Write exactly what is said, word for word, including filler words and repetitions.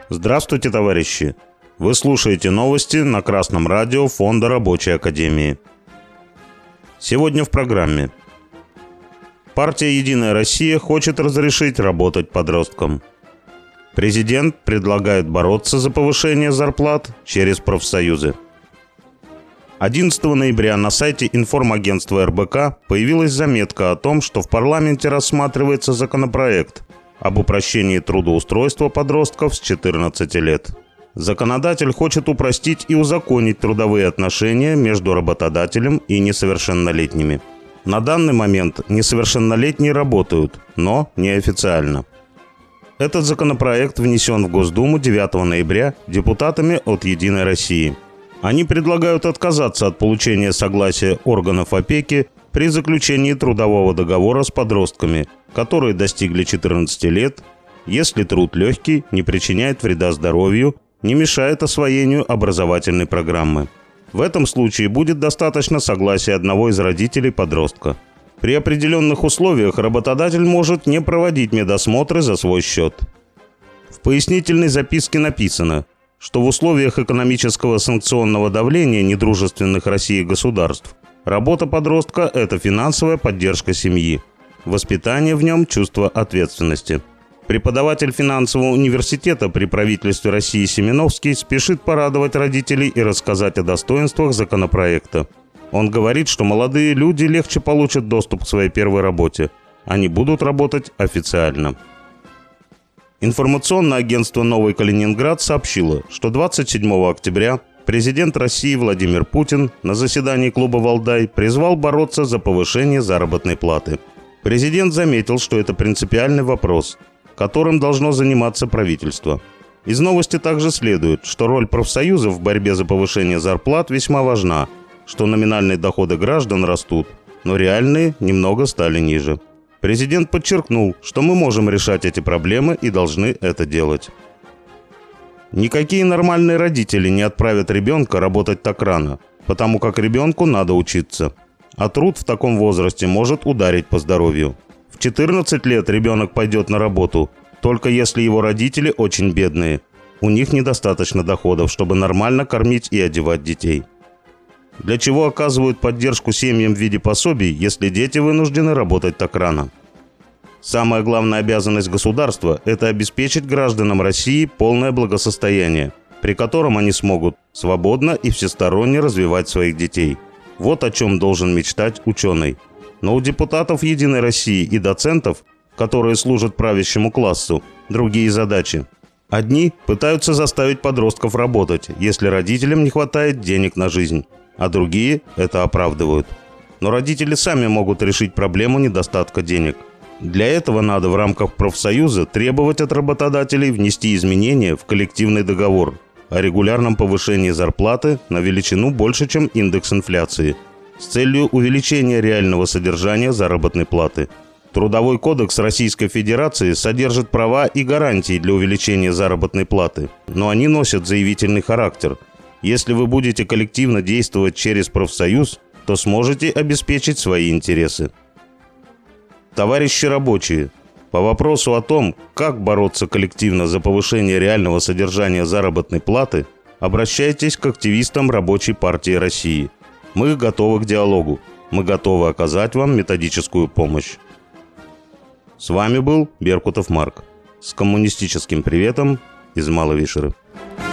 Здравствуйте, товарищи! Вы слушаете новости на Красном радио Фонда Рабочей Академии. Сегодня в программе. Партия «Единая Россия» хочет разрешить работать подросткам. Президент предлагает бороться за повышение зарплат через профсоюзы. одиннадцатого ноября на сайте информагентства эр бэ ка появилась заметка о том, что в парламенте рассматривается законопроект об упрощении трудоустройства подростков с четырнадцати лет. Законодатель хочет упростить и узаконить трудовые отношения между работодателем и несовершеннолетними. На данный момент несовершеннолетние работают, но неофициально. Этот законопроект внесен в Госдуму девятого ноября депутатами от «Единой России». Они предлагают отказаться от получения согласия органов опеки при заключении трудового договора с подростками, которые достигли четырнадцати лет, если труд легкий, не причиняет вреда здоровью, не мешает освоению образовательной программы. В этом случае будет достаточно согласия одного из родителей подростка. При определенных условиях работодатель может не проводить медосмотры за свой счет. В пояснительной записке написано, что в условиях экономического санкционного давления недружественных России государств работа подростка – это финансовая поддержка семьи, воспитание в нем чувства ответственности. Преподаватель финансового университета при правительстве России Семеновский спешит порадовать родителей и рассказать о достоинствах законопроекта. Он говорит, что молодые люди легче получат доступ к своей первой работе. Они будут работать официально. Информационное агентство «Новый Калининград» сообщило, что двадцать седьмого октября президент России Владимир Путин на заседании клуба «Валдай» призвал бороться за повышение заработной платы. Президент заметил, что это принципиальный вопрос, которым должно заниматься правительство. Из новости также следует, что роль профсоюзов в борьбе за повышение зарплат весьма важна, что номинальные доходы граждан растут, но реальные немного стали ниже. Президент подчеркнул, что мы можем решать эти проблемы и должны это делать. Никакие нормальные родители не отправят ребенка работать так рано, потому как ребенку надо учиться. А труд в таком возрасте может ударить по здоровью. В четырнадцать лет ребенок пойдет на работу, только если его родители очень бедные. У них недостаточно доходов, чтобы нормально кормить и одевать детей. Для чего оказывают поддержку семьям в виде пособий, если дети вынуждены работать так рано? Самая главная обязанность государства – это обеспечить гражданам России полное благосостояние, при котором они смогут свободно и всесторонне развивать своих детей. Вот о чем должен мечтать ученый. Но у депутатов «Единой России» и доцентов, которые служат правящему классу, другие задачи. Одни пытаются заставить подростков работать, если родителям не хватает денег на жизнь, а другие это оправдывают. Но родители сами могут решить проблему недостатка денег. Для этого надо в рамках профсоюза требовать от работодателей внести изменения в коллективный договор о регулярном повышении зарплаты на величину больше, чем индекс инфляции, с целью увеличения реального содержания заработной платы. Трудовой кодекс Российской Федерации содержит права и гарантии для увеличения заработной платы, но они носят заявительный характер. Если вы будете коллективно действовать через профсоюз, то сможете обеспечить свои интересы. Товарищи рабочие, по вопросу о том, как бороться коллективно за повышение реального содержания заработной платы, обращайтесь к активистам Рабочей партии России. Мы готовы к диалогу. Мы готовы оказать вам методическую помощь. С вами был Беркутов Марк. С коммунистическим приветом из Малой Вишеры.